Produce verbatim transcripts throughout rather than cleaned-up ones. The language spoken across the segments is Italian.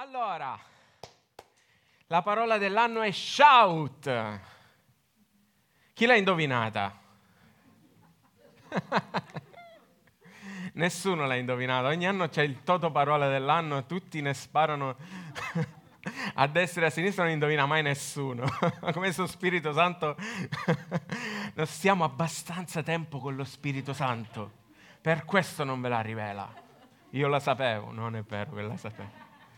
Allora, la parola dell'anno è shout. Chi l'ha indovinata? Nessuno l'ha indovinata. Ogni anno c'è il toto parola dell'anno e tutti ne sparano a destra e a sinistra, non indovina mai nessuno. Come su Spirito Santo non stiamo abbastanza tempo con lo Spirito Santo, per questo non ve la rivela. Io la sapevo, non è vero che la sapevo.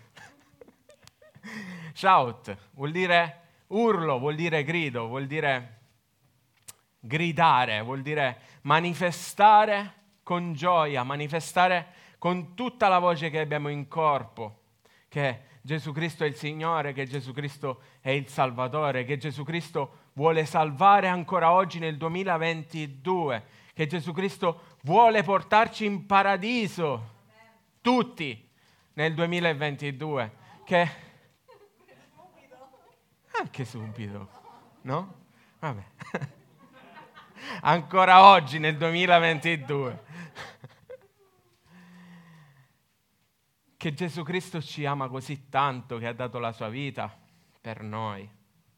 Shout vuol dire urlo, vuol dire grido, vuol dire gridare, vuol dire manifestare con gioia, manifestare con tutta la voce che abbiamo in corpo, che Gesù Cristo è il Signore, che Gesù Cristo è il Salvatore, che Gesù Cristo vuole salvare ancora oggi nel duemilaventidue, che Gesù Cristo vuole portarci in paradiso, tutti, nel duemilaventidue, che... Anche subito, no? Vabbè. Ancora oggi, nel duemilaventidue. Che Gesù Cristo ci ama così tanto che ha dato la sua vita per noi,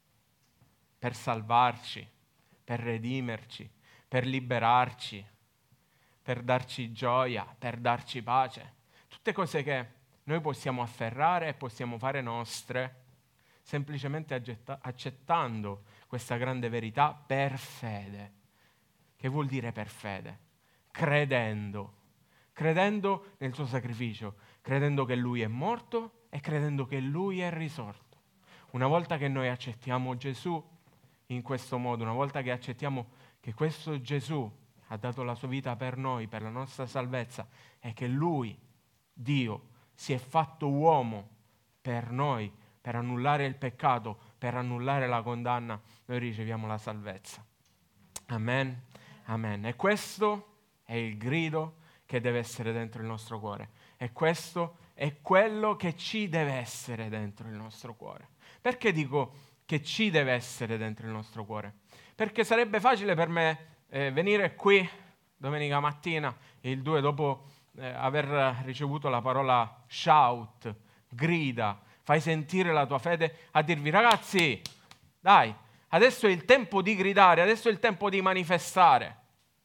per salvarci, per redimerci, per liberarci, per darci gioia, per darci pace. Tutte cose che noi possiamo afferrare e possiamo fare nostre, semplicemente aggetta- accettando questa grande verità per fede. Che vuol dire per fede? Credendo. Credendo nel suo sacrificio, credendo che Lui è morto e credendo che Lui è risorto. Una volta che noi accettiamo Gesù in questo modo, una volta che accettiamo che questo Gesù ha dato la sua vita per noi, per la nostra salvezza, e che Lui, Dio, si è fatto uomo per noi, per annullare il peccato, per annullare la condanna, noi riceviamo la salvezza. Amen, amen. E questo è il grido che deve essere dentro il nostro cuore. E questo è quello che ci deve essere dentro il nostro cuore. Perché dico che ci deve essere dentro il nostro cuore? Perché sarebbe facile per me eh, venire qui domenica mattina, il due, dopo eh, aver ricevuto la parola shout, grida, fai sentire la tua fede, a dirvi: ragazzi, dai, adesso è il tempo di gridare, adesso è il tempo di manifestare.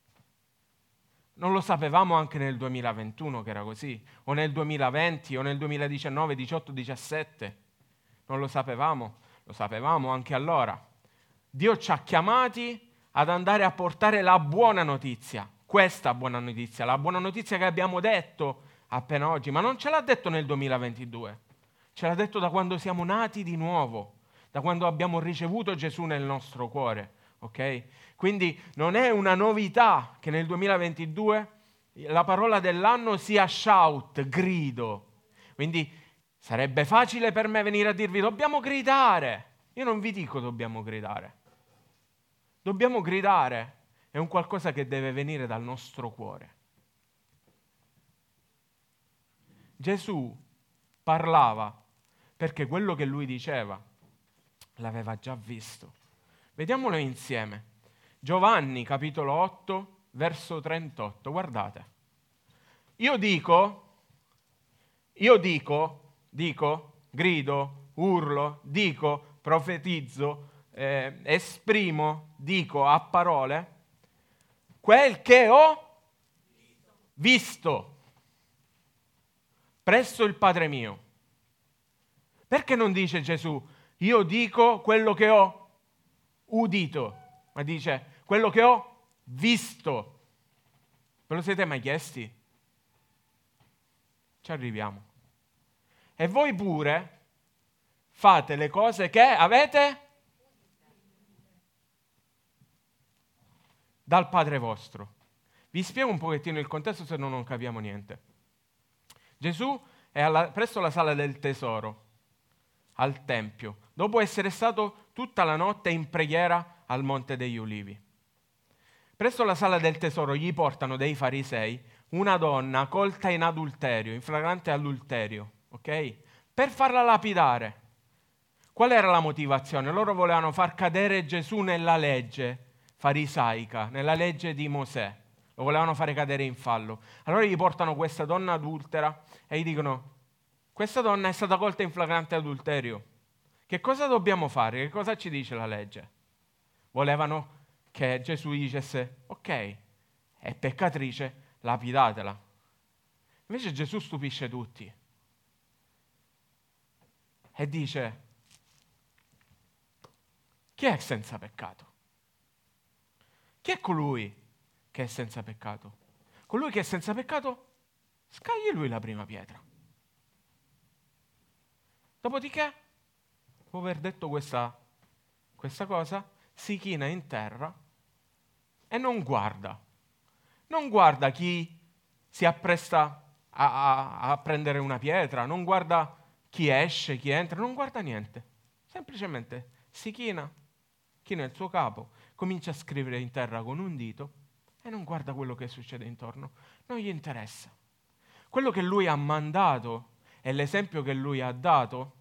Non lo sapevamo anche nel duemilaventuno che era così, o nel duemilaventi, o nel duemiladiciannove, diciotto, diciassette. Non lo sapevamo, lo sapevamo anche allora. Dio ci ha chiamati ad andare a portare la buona notizia, questa buona notizia, la buona notizia che abbiamo detto appena oggi, ma non ce l'ha detto nel duemilaventidue. Ce l'ha detto da quando siamo nati di nuovo, da quando abbiamo ricevuto Gesù nel nostro cuore, ok? Quindi non è una novità che nel duemilaventidue la parola dell'anno sia shout, grido. Quindi sarebbe facile per me venire a dirvi: dobbiamo gridare. Io non vi dico dobbiamo gridare. Dobbiamo gridare, è un qualcosa che deve venire dal nostro cuore. Gesù parlava perché quello che lui diceva l'aveva già visto. Vediamolo insieme. Giovanni, capitolo otto, verso trentotto. Guardate. Io dico, io dico, dico, grido, urlo, dico, profetizzo, eh, esprimo, dico a parole quel che ho visto presso il Padre mio. Perché non dice Gesù: io dico quello che ho udito, ma dice quello che ho visto? Ve lo siete mai chiesti? Ci arriviamo. E voi pure fate le cose che avete dal Padre vostro. Vi spiego un pochettino il contesto, se no non capiamo niente. Gesù è alla, presso la sala del tesoro, al Tempio, dopo essere stato tutta la notte in preghiera al Monte degli Ulivi. Presso la sala del tesoro gli portano dei farisei una donna colta in adulterio, in flagrante adulterio, ok? Per farla lapidare. Qual era la motivazione? Loro volevano far cadere Gesù nella legge farisaica, nella legge di Mosè. Lo volevano fare cadere in fallo. Allora gli portano questa donna adultera e gli dicono: questa donna è stata colta in flagrante adulterio. Che cosa dobbiamo fare? Che cosa ci dice la legge? Volevano che Gesù dicesse, ok, è peccatrice, lapidatela. Invece Gesù stupisce tutti e dice, chi è senza peccato? Chi è colui che è senza peccato? Colui che è senza peccato, scagli lui la prima pietra. Dopodiché, dopo aver detto questa, questa cosa, si china in terra e non guarda. Non guarda chi si appresta a, a, a prendere una pietra, non guarda chi esce, chi entra, non guarda niente. Semplicemente si china, china il suo capo, comincia a scrivere in terra con un dito e non guarda quello che succede intorno. Non gli interessa. Quello che lui ha mandato e l'esempio che lui ha dato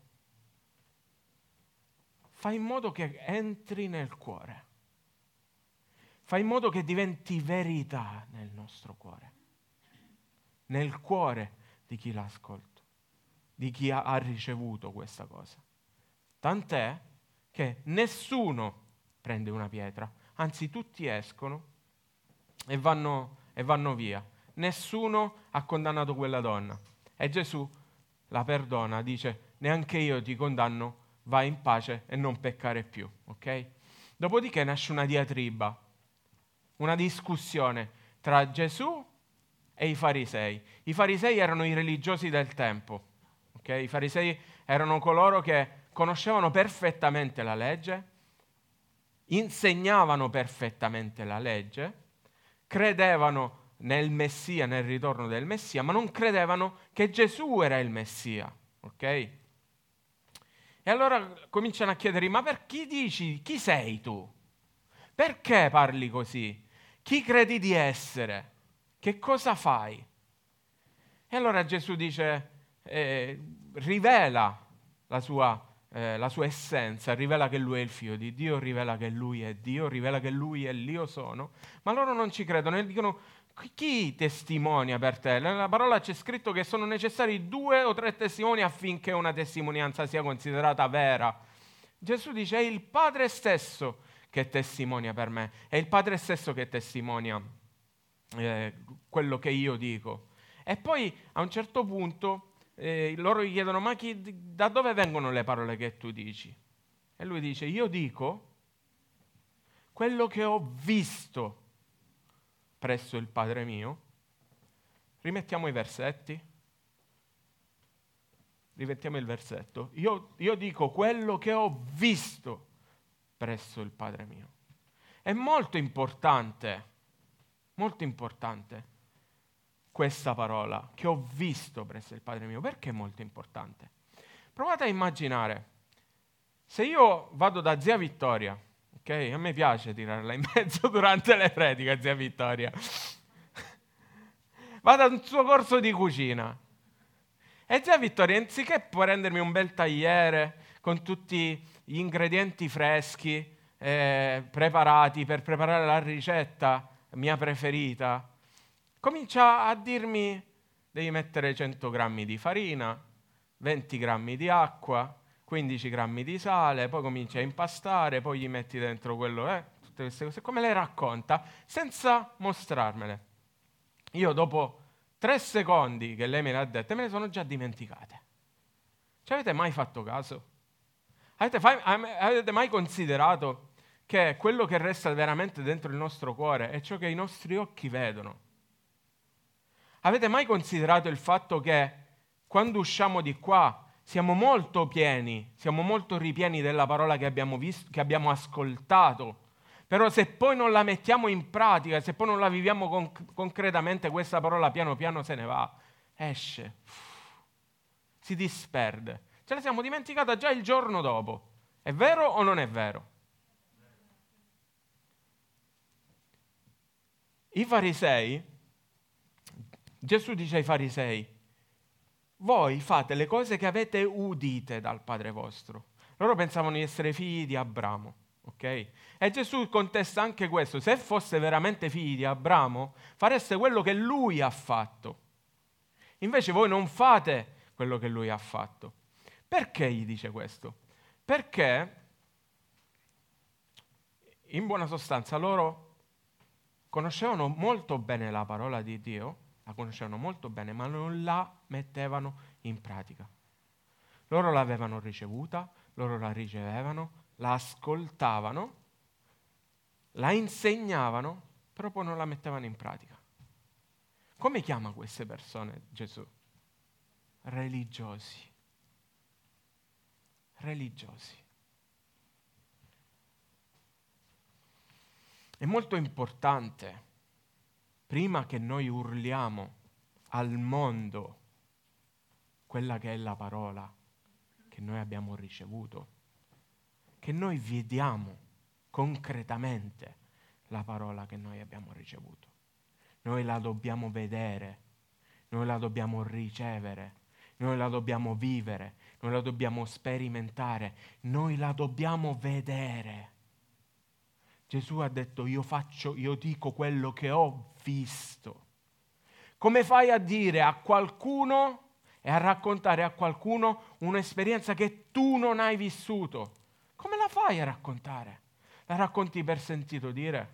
fa in modo che entri nel cuore. Fa in modo che diventi verità nel nostro cuore. Nel cuore di chi l'ha ascoltato, di chi ha, ha ricevuto questa cosa. Tant'è che nessuno prende una pietra, anzi tutti escono e vanno, e vanno via. Nessuno ha condannato quella donna. E Gesù la perdona, dice, neanche io ti condanno, vai in pace e non peccare più. Ok? Dopodiché nasce una diatriba, una discussione tra Gesù e i farisei. I farisei erano i religiosi del tempo. Okay? I farisei erano coloro che conoscevano perfettamente la legge, insegnavano perfettamente la legge, credevano nel Messia, nel ritorno del Messia, ma non credevano che Gesù era il Messia. Ok? E allora cominciano a chiedere, ma per chi dici, chi sei tu? Perché parli così? Chi credi di essere? Che cosa fai? E allora Gesù dice, eh, rivela la sua, eh, la sua essenza, rivela che lui è il figlio di Dio, rivela che lui è Dio, rivela che lui è l'Io sono, ma loro non ci credono e dicono, chi testimonia per te? Nella parola c'è scritto che sono necessari due o tre testimoni affinché una testimonianza sia considerata vera. Gesù dice, è il Padre stesso che testimonia per me, è il Padre stesso che testimonia eh, quello che io dico. E poi a un certo punto eh, loro gli chiedono, ma chi, da dove vengono le parole che tu dici? E lui dice, io dico quello che ho visto presso il Padre mio. Rimettiamo i versetti. Rimettiamo il versetto. Io, io dico quello che ho visto presso il Padre mio. È molto importante, molto importante questa parola, che ho visto presso il Padre mio. Perché è molto importante? Provate a immaginare, se io vado da zia Vittoria, ok? A me piace tirarla in mezzo durante le prediche, zia Vittoria. Vado a un suo corso di cucina. E zia Vittoria, anziché prendermi un bel tagliere con tutti gli ingredienti freschi, eh, preparati per preparare la ricetta mia preferita, comincia a dirmi, devi mettere cento grammi di farina, venti grammi di acqua, quindici grammi di sale, poi comincia a impastare, poi gli metti dentro quello, eh, tutte queste cose, come le racconta, senza mostrarmele. Io dopo tre secondi che lei me le ha dette, me le sono già dimenticate. Ci avete mai fatto caso? Avete, fa- avete mai considerato che quello che resta veramente dentro il nostro cuore è ciò che i nostri occhi vedono? Avete mai considerato il fatto che quando usciamo di qua siamo molto pieni, siamo molto ripieni della parola che abbiamo visto, che abbiamo ascoltato, però se poi non la mettiamo in pratica, se poi non la viviamo conc- concretamente, questa parola piano piano se ne va, esce, si disperde. Ce la siamo dimenticata già il giorno dopo. È vero o non è vero? I farisei, Gesù dice ai farisei, voi fate le cose che avete udite dal Padre vostro. Loro pensavano di essere figli di Abramo, ok? E Gesù contesta anche questo, se fosse veramente figli di Abramo, fareste quello che lui ha fatto. Invece voi non fate quello che lui ha fatto. Perché gli dice questo? Perché, in buona sostanza, loro conoscevano molto bene la parola di Dio, la conoscevano molto bene, ma non la mettevano in pratica. Loro l'avevano ricevuta, loro la ricevevano, la ascoltavano, la insegnavano, però poi non la mettevano in pratica. Come chiama queste persone Gesù? Religiosi. Religiosi. È molto importante, prima che noi urliamo al mondo quella che è la parola che noi abbiamo ricevuto, che noi vediamo concretamente la parola che noi abbiamo ricevuto. Noi la dobbiamo vedere, noi la dobbiamo ricevere, noi la dobbiamo vivere, noi la dobbiamo sperimentare, noi la dobbiamo vedere. Gesù ha detto: io faccio, io dico quello che ho visto. Come fai a dire a qualcuno e a raccontare a qualcuno un'esperienza che tu non hai vissuto? Come la fai a raccontare? La racconti per sentito dire?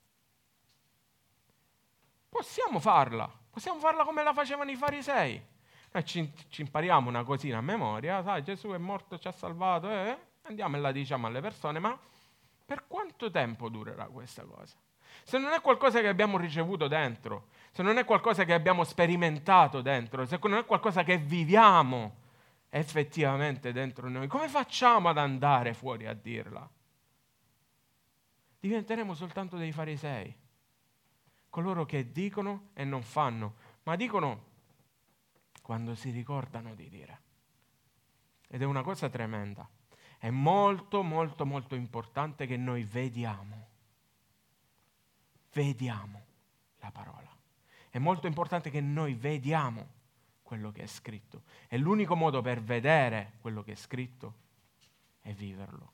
Possiamo farla, possiamo farla come la facevano i farisei. Noi ci, ci impariamo una cosina a memoria, sai, Gesù è morto, ci ha salvato, eh? Andiamo e la diciamo alle persone, ma per quanto tempo durerà questa cosa? Se non è qualcosa che abbiamo ricevuto dentro, se non è qualcosa che abbiamo sperimentato dentro, se non è qualcosa che viviamo effettivamente dentro noi, come facciamo ad andare fuori a dirla? Diventeremo soltanto dei farisei, coloro che dicono e non fanno, ma dicono quando si ricordano di dire. Ed è una cosa tremenda. È molto, molto, molto importante che noi vediamo, vediamo la parola. È molto importante che noi vediamo quello che è scritto. E l'unico modo per vedere quello che è scritto è viverlo.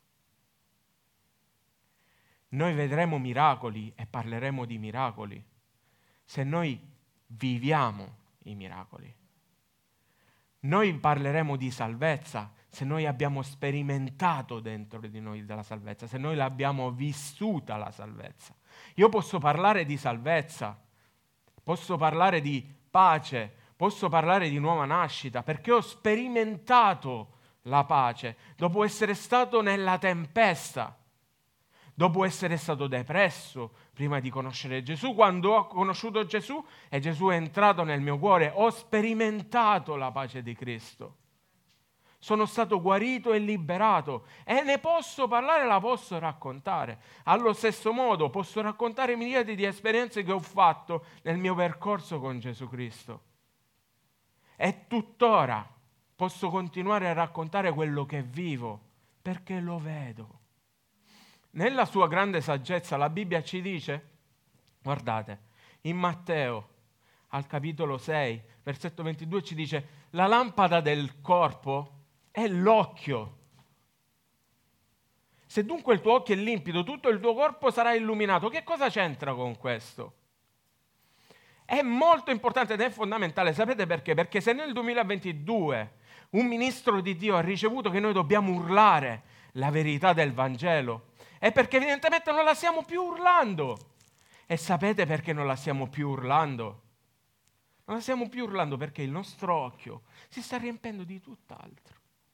Noi vedremo miracoli e parleremo di miracoli se noi viviamo i miracoli. Noi parleremo di salvezza se noi abbiamo sperimentato dentro di noi della salvezza, se noi l'abbiamo vissuta la salvezza. Io posso parlare di salvezza, posso parlare di pace, posso parlare di nuova nascita, perché ho sperimentato la pace dopo essere stato nella tempesta, dopo essere stato depresso prima di conoscere Gesù. Quando ho conosciuto Gesù e Gesù è entrato nel mio cuore, ho sperimentato la pace di Cristo. Sono stato guarito e liberato e ne posso parlare, la posso raccontare. Allo stesso modo posso raccontare miliardi di esperienze che ho fatto nel mio percorso con Gesù Cristo. E tuttora posso continuare a raccontare quello che vivo, perché lo vedo. Nella sua grande saggezza la Bibbia ci dice, guardate, in Matteo al capitolo sei, versetto ventidue ci dice: la lampada del corpo è l'occhio. Se dunque il tuo occhio è limpido, tutto il tuo corpo sarà illuminato. Che cosa c'entra con questo? È molto importante ed è fondamentale, sapete perché? Perché se nel duemilaventidue un ministro di Dio ha ricevuto che noi dobbiamo urlare la verità del Vangelo, è perché evidentemente non la stiamo più urlando. E sapete perché non la stiamo più urlando? Non la stiamo più urlando perché il nostro occhio si sta riempendo di tutt'altro.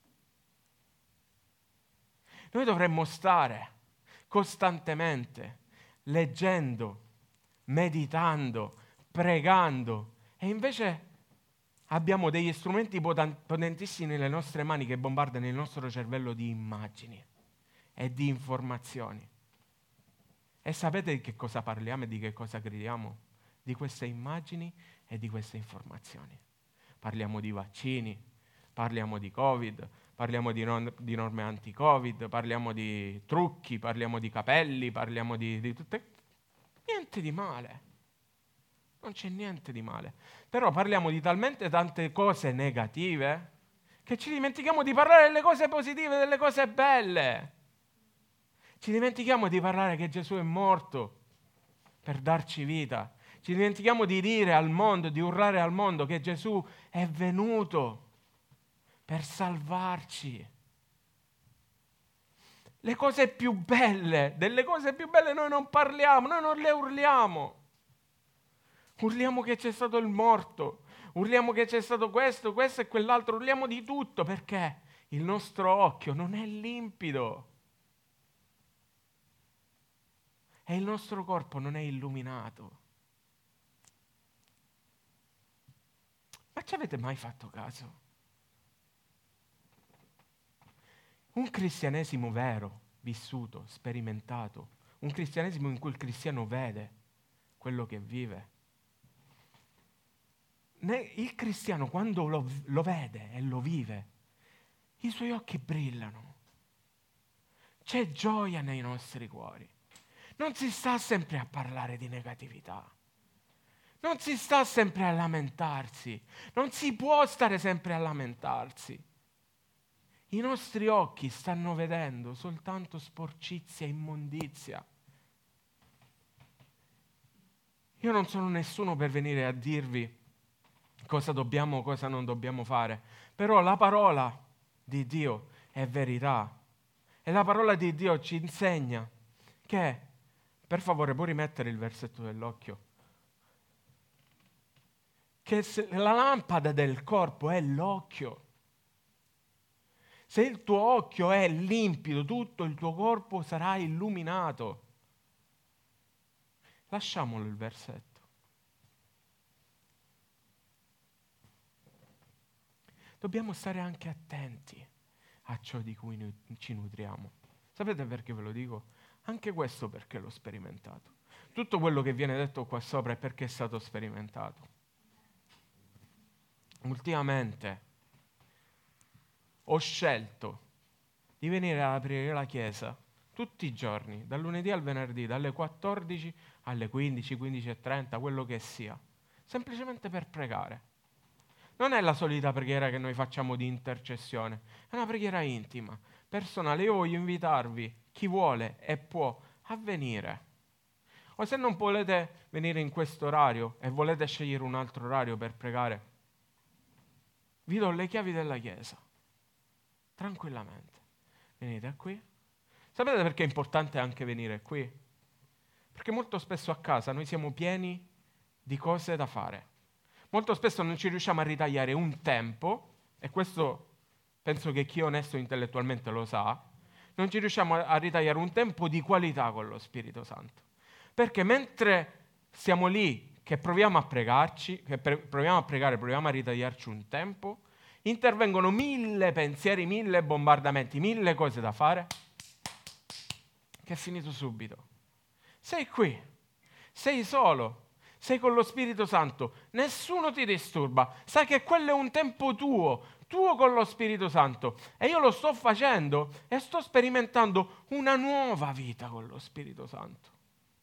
Noi dovremmo stare costantemente leggendo, meditando, pregando, e invece abbiamo degli strumenti potentissimi nelle nostre mani che bombardano il nostro cervello di immagini e di informazioni. E sapete di che cosa parliamo e di che cosa crediamo? Di queste immagini e di queste informazioni. Parliamo di vaccini, parliamo di Covid, parliamo di, non, di norme anti-Covid, parliamo di trucchi, parliamo di capelli, parliamo di, di tutte... Niente di male. Non c'è niente di male. Però parliamo di talmente tante cose negative che ci dimentichiamo di parlare delle cose positive, delle cose belle. Ci dimentichiamo di parlare che Gesù è morto per darci vita. Ci dimentichiamo di dire al mondo, di urlare al mondo che Gesù è venuto per salvarci. Le cose più belle, delle cose più belle noi non parliamo, noi non le urliamo. Urliamo che c'è stato il morto, urliamo che c'è stato questo, questo e quell'altro, urliamo di tutto perché il nostro occhio non è limpido e il nostro corpo non è illuminato. Ma ci avete mai fatto caso? Un cristianesimo vero, vissuto, sperimentato, un cristianesimo in cui il cristiano vede quello che vive. Il cristiano quando lo, lo vede e lo vive, i suoi occhi brillano. C'è gioia nei nostri cuori. Non si sta sempre a parlare di negatività. Non si sta sempre a lamentarsi. Non si può stare sempre a lamentarsi. I nostri occhi stanno vedendo soltanto sporcizia e immondizia. Io non sono nessuno per venire a dirvi cosa dobbiamo o cosa non dobbiamo fare, però la parola di Dio è verità e la parola di Dio ci insegna che, per favore puoi rimettere il versetto dell'occhio, che la lampada del corpo è l'occhio. Se il tuo occhio è limpido, tutto il tuo corpo sarà illuminato. Lasciamolo il versetto. Dobbiamo stare anche attenti a ciò di cui noi ci nutriamo. Sapete perché ve lo dico? Anche questo perché l'ho sperimentato. Tutto quello che viene detto qua sopra è perché è stato sperimentato. Ultimamente ho scelto di venire ad aprire la chiesa tutti i giorni, dal lunedì al venerdì, dalle quattordici alle quindici, quindici e trenta, quello che sia, semplicemente per pregare. Non è la solita preghiera che noi facciamo di intercessione, è una preghiera intima, personale. Io voglio invitarvi, chi vuole e può, a venire. O se non volete venire in questo orario e volete scegliere un altro orario per pregare, vi do le chiavi della chiesa. Tranquillamente. Venite qui. Sapete perché è importante anche venire qui? Perché molto spesso a casa noi siamo pieni di cose da fare. Molto spesso non ci riusciamo a ritagliare un tempo, e questo penso che chi è onesto intellettualmente lo sa, non ci riusciamo a ritagliare un tempo di qualità con lo Spirito Santo. Perché mentre siamo lì che proviamo a pregarci, che pre- proviamo a pregare, proviamo a ritagliarci un tempo, intervengono mille pensieri, mille bombardamenti, mille cose da fare, che è finito subito. Sei qui, sei solo, sei con lo Spirito Santo, nessuno ti disturba, sai che quello è un tempo tuo, tuo con lo Spirito Santo, e io lo sto facendo e sto sperimentando una nuova vita con lo Spirito Santo.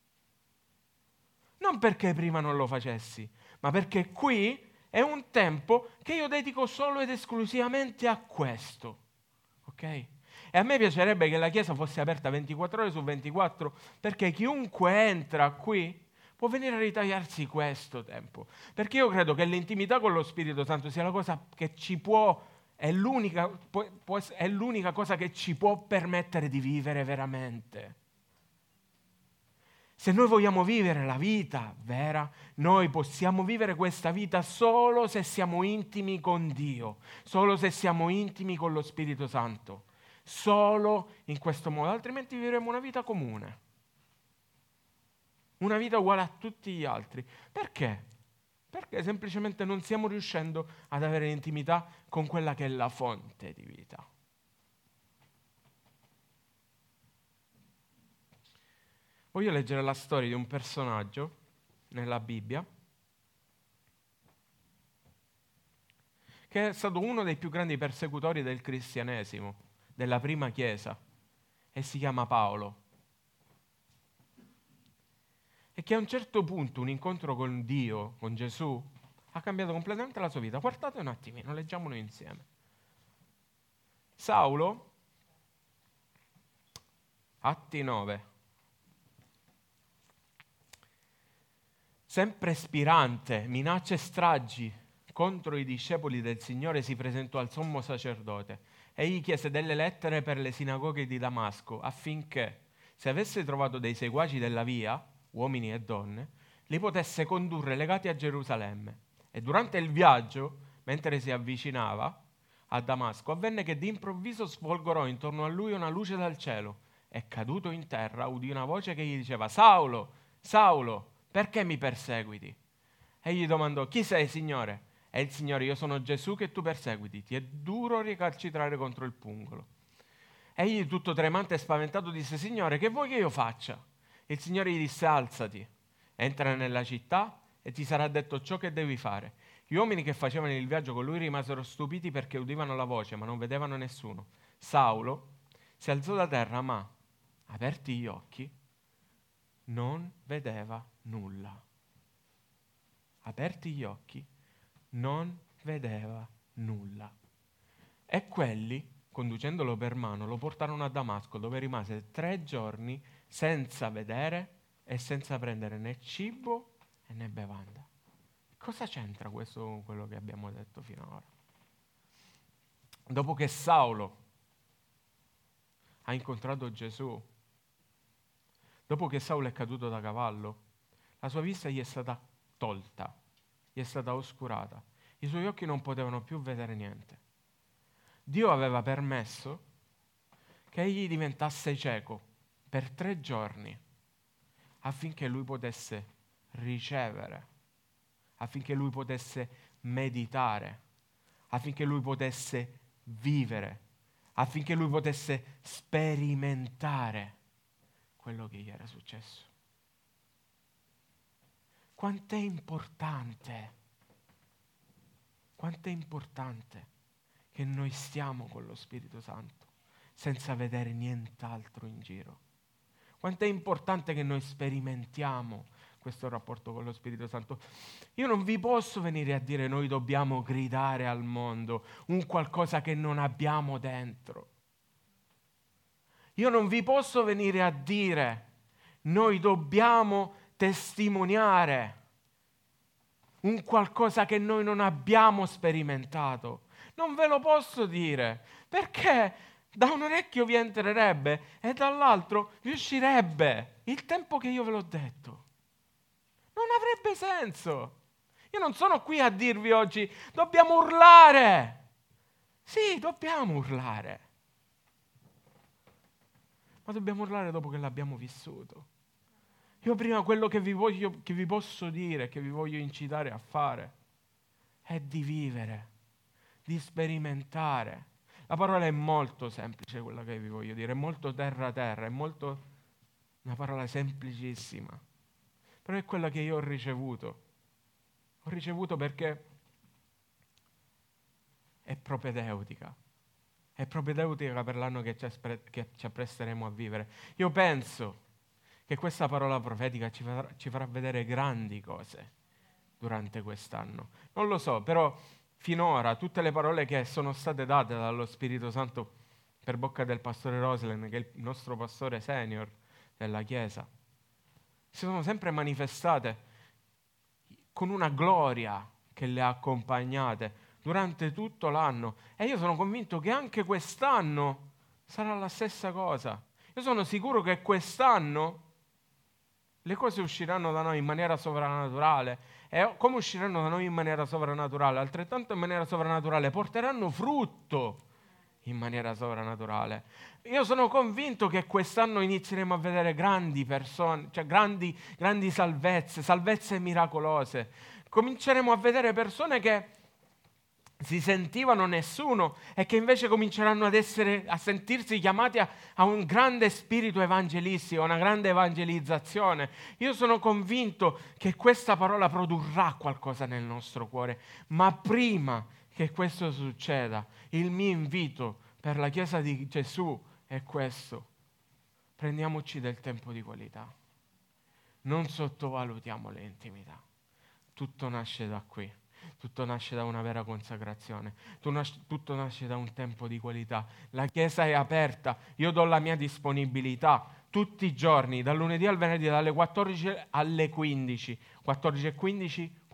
Non perché prima non lo facessi, ma perché qui è un tempo che io dedico solo ed esclusivamente a questo, ok? E a me piacerebbe che la Chiesa fosse aperta ventiquattro ore su ventiquattro, perché chiunque entra qui può venire a ritagliarsi questo tempo. Perché io credo che l'intimità con lo Spirito Santo sia la cosa che ci può, è l'unica, può, può, è l'unica cosa che ci può permettere di vivere veramente. Se noi vogliamo vivere la vita vera, noi possiamo vivere questa vita solo se siamo intimi con Dio, solo se siamo intimi con lo Spirito Santo, solo in questo modo, altrimenti vivremo una vita comune, una vita uguale a tutti gli altri. Perché? Perché semplicemente non stiamo riuscendo ad avere intimità con quella che è la fonte di vita. Voglio leggere la storia di un personaggio nella Bibbia che è stato uno dei più grandi persecutori del cristianesimo, della prima chiesa, e si chiama Paolo. E che a un certo punto un incontro con Dio, con Gesù, ha cambiato completamente la sua vita. Guardate un attimino, leggiamolo insieme. Saulo, Atti nove. Sempre spirante, minacce e stragi contro i discepoli del Signore si presentò al sommo sacerdote e gli chiese delle lettere per le sinagoghe di Damasco affinché, se avesse trovato dei seguaci della via, uomini e donne, li potesse condurre legati a Gerusalemme. E durante il viaggio, mentre si avvicinava a Damasco, avvenne che d'improvviso sfolgorò intorno a lui una luce dal cielo e, caduto in terra, udì una voce che gli diceva: Saulo, Saulo, perché mi perseguiti? Egli domandò: chi sei, Signore? E il Signore: io sono Gesù che tu perseguiti, ti è duro recalcitrare contro il pungolo. Egli, tutto tremante e spaventato, disse: Signore, che vuoi che io faccia? Il Signore gli disse: alzati, entra nella città e ti sarà detto ciò che devi fare. Gli uomini che facevano il viaggio con lui rimasero stupiti perché udivano la voce, ma non vedevano nessuno. Saulo si alzò da terra, ma, aperti gli occhi, non vedeva nulla. Aperti gli occhi, non vedeva nulla. E quelli, conducendolo per mano, lo portarono a Damasco, dove rimase tre giorni senza vedere e senza prendere né cibo né bevanda. Cosa c'entra questo con quello che abbiamo detto fino ad ora? Dopo che Saulo ha incontrato Gesù, dopo che Saulo è caduto da cavallo, la sua vista gli è stata tolta, gli è stata oscurata. I suoi occhi non potevano più vedere niente. Dio aveva permesso che egli diventasse cieco per tre giorni affinché lui potesse ricevere, affinché lui potesse meditare, affinché lui potesse vivere, affinché lui potesse sperimentare quello che gli era successo. Quanto è importante, quanto è importante che noi stiamo con lo Spirito Santo senza vedere nient'altro in giro. Quanto è importante che noi sperimentiamo questo rapporto con lo Spirito Santo. Io non vi posso venire a dire noi dobbiamo gridare al mondo un qualcosa che non abbiamo dentro. Io non vi posso venire a dire noi dobbiamo testimoniare un qualcosa che noi non abbiamo sperimentato. Non ve lo posso dire, perché da un orecchio vi entrerebbe e dall'altro vi uscirebbe il tempo che io ve l'ho detto. Non avrebbe senso. Io non sono qui a dirvi oggi dobbiamo urlare. Sì, dobbiamo urlare. Ma dobbiamo urlare dopo che l'abbiamo vissuto. Io prima quello che vi voglio, che vi posso dire, che vi voglio incitare a fare, è di vivere, di sperimentare. La parola è molto semplice, quella che vi voglio dire, è molto terra terra, è molto una parola semplicissima. Però è quella che io ho ricevuto. Ho ricevuto perché è propedeutica. È propedeutica per l'anno che ci, aspre- che ci appresteremo a vivere. Io penso che questa parola profetica ci farà, ci farà vedere grandi cose durante quest'anno. Non lo so, però finora tutte le parole che sono state date dallo Spirito Santo per bocca del pastore Roslen, che è il nostro pastore senior della Chiesa, si sono sempre manifestate con una gloria che le ha accompagnate durante tutto l'anno. E io sono convinto che anche quest'anno sarà la stessa cosa. Io sono sicuro che quest'anno le cose usciranno da noi in maniera sovrannaturale, e come usciranno da noi in maniera sovrannaturale, altrettanto in maniera sovrannaturale porteranno frutto in maniera sovrannaturale. Io sono convinto che quest'anno inizieremo a vedere grandi persone, cioè grandi, grandi salvezze, salvezze miracolose. Cominceremo a vedere persone che si sentivano nessuno e che invece cominceranno ad essere, a sentirsi chiamati a, a un grande spirito evangelistico, a una grande evangelizzazione. Io sono convinto che questa parola produrrà qualcosa nel nostro cuore, ma prima che questo succeda, il mio invito per la Chiesa di Gesù è questo: prendiamoci del tempo di qualità, non sottovalutiamo le intimità. Tutto nasce da qui. Tutto nasce da una vera consacrazione, tutto nasce da un tempo di qualità. La Chiesa è aperta, io do la mia disponibilità tutti i giorni, dal lunedì al venerdì, dalle quattordici alle quindici, quattordici e quindici,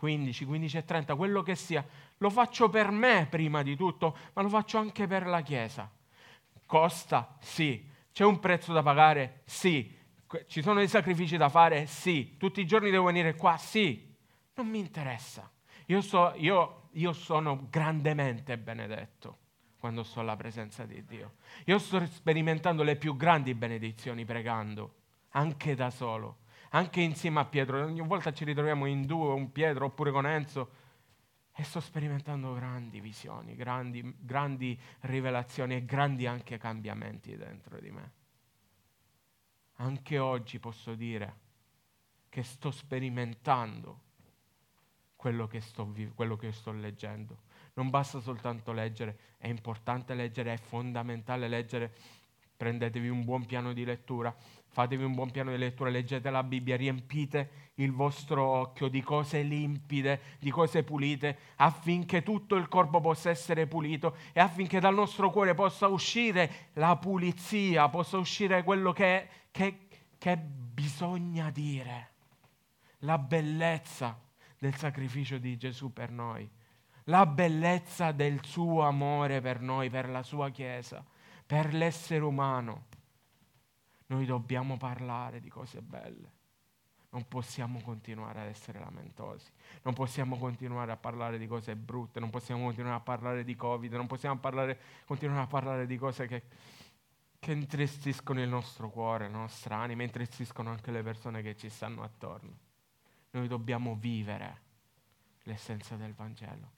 quindici, quindici e trenta, quello che sia, lo faccio per me prima di tutto, ma lo faccio anche per la Chiesa. Costa? Sì. C'è un prezzo da pagare? Sì. Ci sono dei sacrifici da fare? Sì. Tutti i giorni devo venire qua? Sì. Non mi interessa. Io, so, io, io sono grandemente benedetto quando sto alla presenza di Dio. Io sto sperimentando le più grandi benedizioni pregando, anche da solo, anche insieme a Pietro. Ogni volta ci ritroviamo in due, un Pietro oppure con Enzo, e sto sperimentando grandi visioni, grandi, grandi rivelazioni e grandi anche cambiamenti dentro di me. Anche oggi posso dire che sto sperimentando quello che sto, quello che sto leggendo. Non basta soltanto leggere, è importante leggere, è fondamentale leggere. Prendetevi un buon piano di lettura, fatevi un buon piano di lettura, leggete la Bibbia, riempite il vostro occhio di cose limpide, di cose pulite, affinché tutto il corpo possa essere pulito e affinché dal nostro cuore possa uscire la pulizia, possa uscire quello che, che, che bisogna dire, la bellezza del sacrificio di Gesù per noi, la bellezza del suo amore per noi, per la sua Chiesa, per l'essere umano. Noi dobbiamo parlare di cose belle. Non possiamo continuare ad essere lamentosi, non possiamo continuare a parlare di cose brutte, non possiamo continuare a parlare di Covid, non possiamo parlare, continuare a parlare di cose che, che intristiscono il nostro cuore, la nostra anima, intristiscono anche le persone che ci stanno attorno. Noi dobbiamo vivere l'essenza del Vangelo.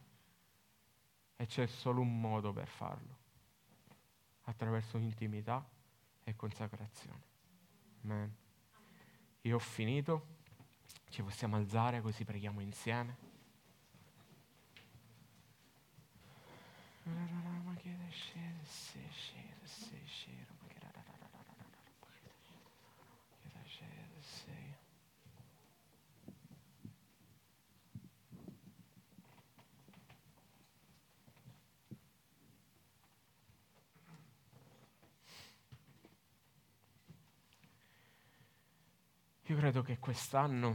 E c'è solo un modo per farlo, attraverso intimità e consacrazione. Amen. Io ho finito, ci possiamo alzare così preghiamo insieme. Io credo che quest'anno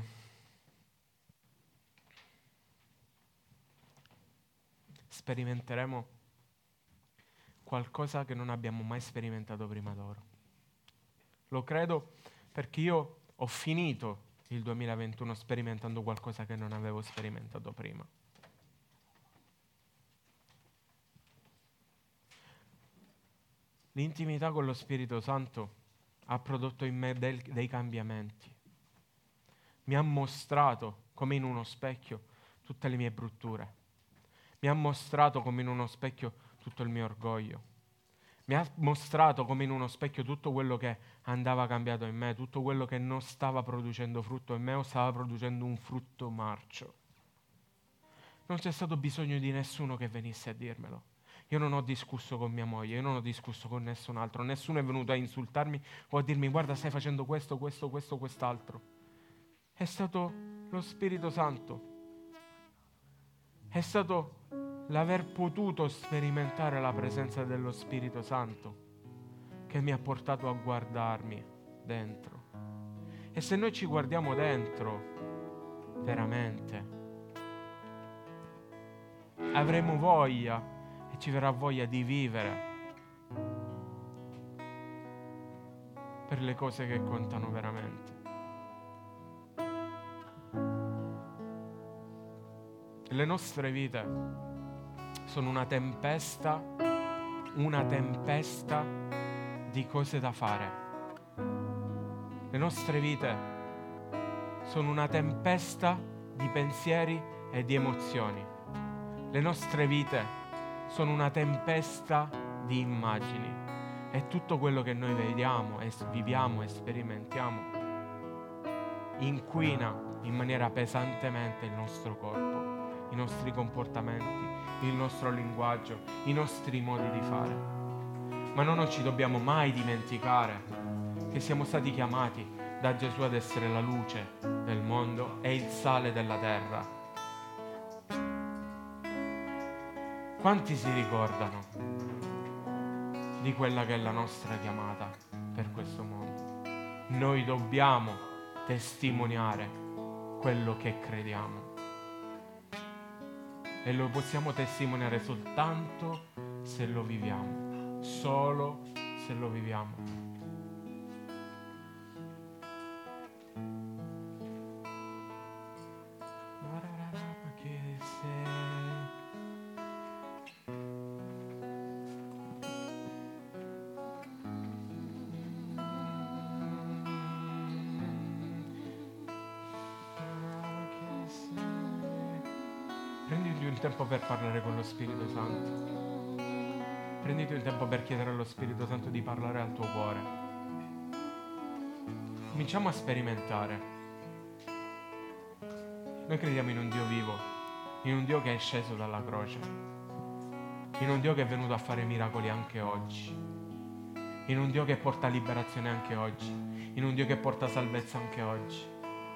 sperimenteremo qualcosa che non abbiamo mai sperimentato prima d'ora. Lo credo perché io ho finito il duemilaventuno sperimentando qualcosa che non avevo sperimentato prima. L'intimità con lo Spirito Santo ha prodotto in me del, dei cambiamenti. Mi ha mostrato, come in uno specchio, tutte le mie brutture. Mi ha mostrato, come in uno specchio, tutto il mio orgoglio. Mi ha mostrato, come in uno specchio, tutto quello che andava cambiato in me, tutto quello che non stava producendo frutto in me o stava producendo un frutto marcio. Non c'è stato bisogno di nessuno che venisse a dirmelo. Io non ho discusso con mia moglie, io non ho discusso con nessun altro. Nessuno è venuto a insultarmi o a dirmi guarda stai facendo questo, questo, questo, quest'altro. È stato lo Spirito Santo. È stato l'aver potuto sperimentare la presenza dello Spirito Santo che mi ha portato a guardarmi dentro. E se noi ci guardiamo dentro, veramente, avremo voglia e ci verrà voglia di vivere per le cose che contano veramente. Le nostre vite sono una tempesta, una tempesta di cose da fare. Le nostre vite sono una tempesta di pensieri e di emozioni. Le nostre vite sono una tempesta di immagini. E tutto quello che noi vediamo e viviamo e sperimentiamo inquina in maniera pesantemente il nostro corpo, i nostri comportamenti, il nostro linguaggio, i nostri modi di fare. Ma noi non ci dobbiamo mai dimenticare che siamo stati chiamati da Gesù ad essere la luce del mondo e il sale della terra. Quanti si ricordano di quella che è la nostra chiamata per questo mondo? Noi dobbiamo testimoniare quello che crediamo. e lo possiamo testimoniare soltanto se lo viviamo, solo se lo viviamo. Prenditi un tempo per parlare con lo Spirito Santo. Prenditi un tempo per chiedere allo Spirito Santo di parlare al tuo cuore. Cominciamo a sperimentare. Noi crediamo in un Dio vivo, in un Dio che è sceso dalla croce, in un Dio che è venuto a fare miracoli anche oggi, in un Dio che porta liberazione anche oggi, in un Dio che porta salvezza anche oggi.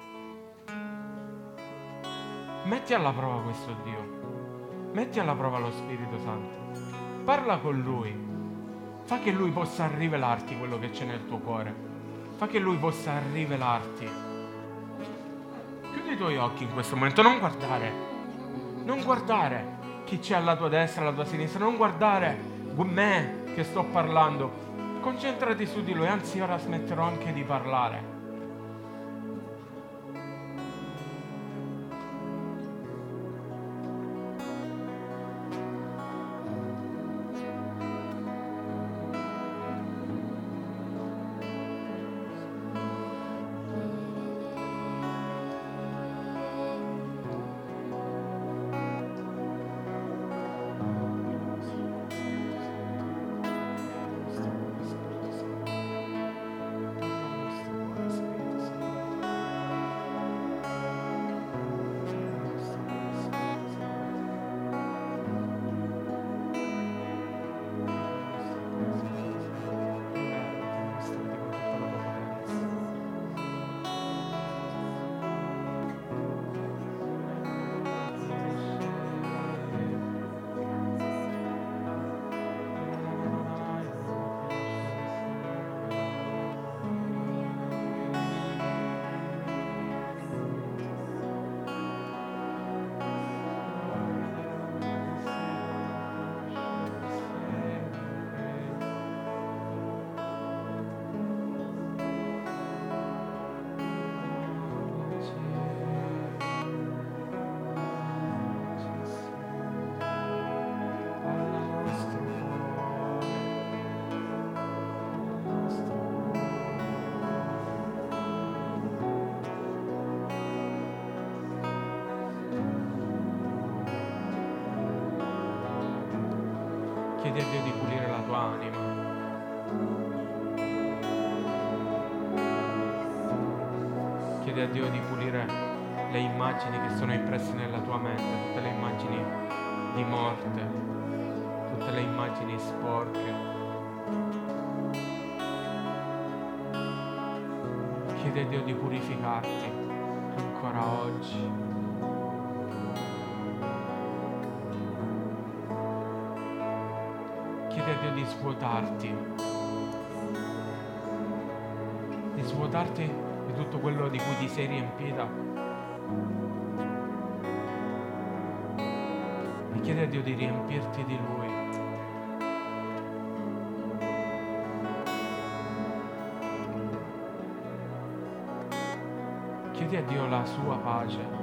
Metti alla prova questo Dio, metti alla prova lo Spirito Santo, parla con Lui, fa che Lui possa rivelarti quello che c'è nel tuo cuore, fa che Lui possa rivelarti. Chiudi i tuoi occhi in questo momento, non guardare, non guardare chi c'è alla tua destra, alla tua sinistra, non guardare me che sto parlando, concentrati su di Lui, anzi ora smetterò anche di parlare. Chiedi a Dio di pulire la tua anima. Chiedi a Dio di pulire le immagini che sono impresse nella tua mente, tutte le immagini di morte, tutte le immagini sporche. Chiedi a Dio di purificarti ancora oggi. Chiedi a Dio di svuotarti, di svuotarti di tutto quello di cui ti sei riempita. E chiedi a Dio di riempirti di Lui. Chiedi a Dio la sua pace.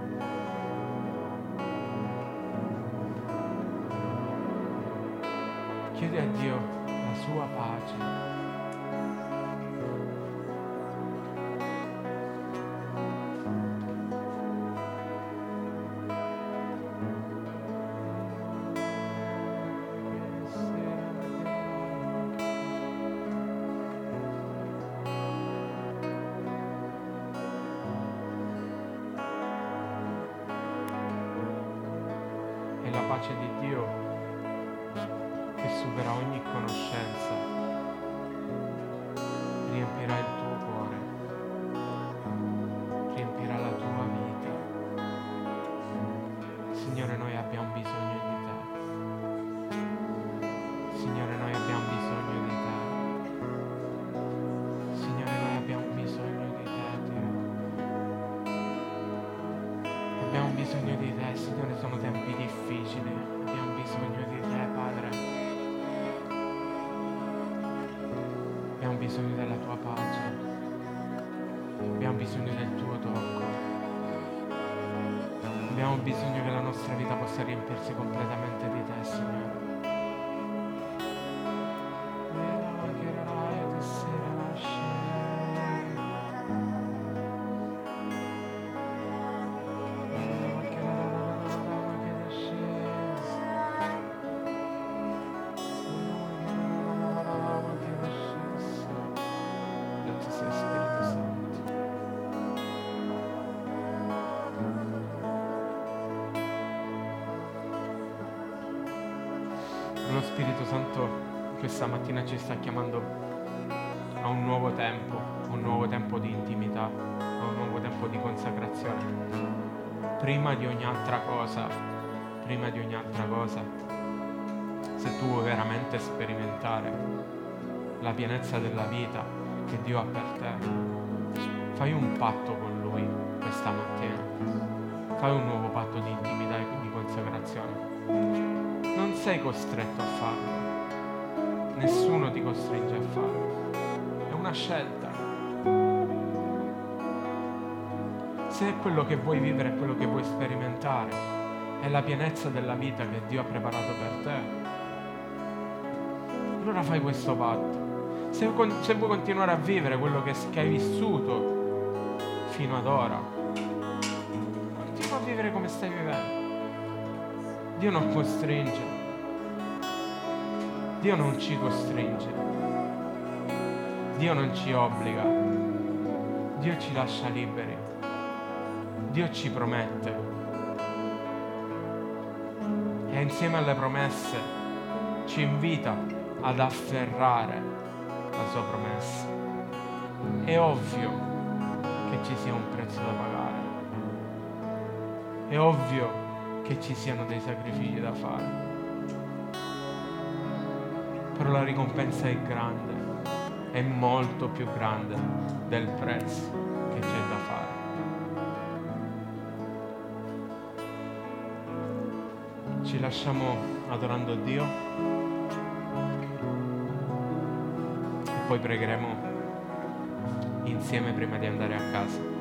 Chiedi a Dio la sua pace. E la pace di Dio che supera ogni conoscenza, riempirà il tuo cuore, riempirà la tua vita. Signore, noi abbiamo bisogno di te. Signore, noi abbiamo bisogno di te. Signore, noi abbiamo bisogno di te, Dio. Abbiamo bisogno di di te, Signore, sono tempi difficili, abbiamo bisogno di te, Padre. Abbiamo bisogno della tua pace, abbiamo bisogno del tuo tocco, abbiamo bisogno che la nostra vita possa riempirsi completamente di te, Signore. Lo Spirito Santo questa mattina ci sta chiamando a un nuovo tempo, a un nuovo tempo di intimità, a un nuovo tempo di consacrazione. Prima di ogni altra cosa, prima di ogni altra cosa, se tu vuoi veramente sperimentare la pienezza della vita che Dio ha per te, fai un patto con Lui questa mattina, fai un nuovo patto di intimità e di consacrazione. Non sei costretto a farlo, nessuno ti costringe a farlo, è una scelta. Se è quello che vuoi vivere, è quello che vuoi sperimentare, è la pienezza della vita che Dio ha preparato per te, allora fai questo patto. Se, se vuoi continuare a vivere quello che, che hai vissuto fino ad ora, continua a vivere come stai vivendo. Dio non costringe, Dio non ci costringe, Dio non ci obbliga, Dio ci lascia liberi, Dio ci promette e insieme alle promesse ci invita ad afferrare la sua promessa. È ovvio che ci sia un prezzo da pagare, è ovvio che ci siano dei sacrifici da fare, però la ricompensa è grande, è molto più grande del prezzo che c'è da fare. Ci lasciamo adorando Dio e poi pregheremo insieme prima di andare a casa.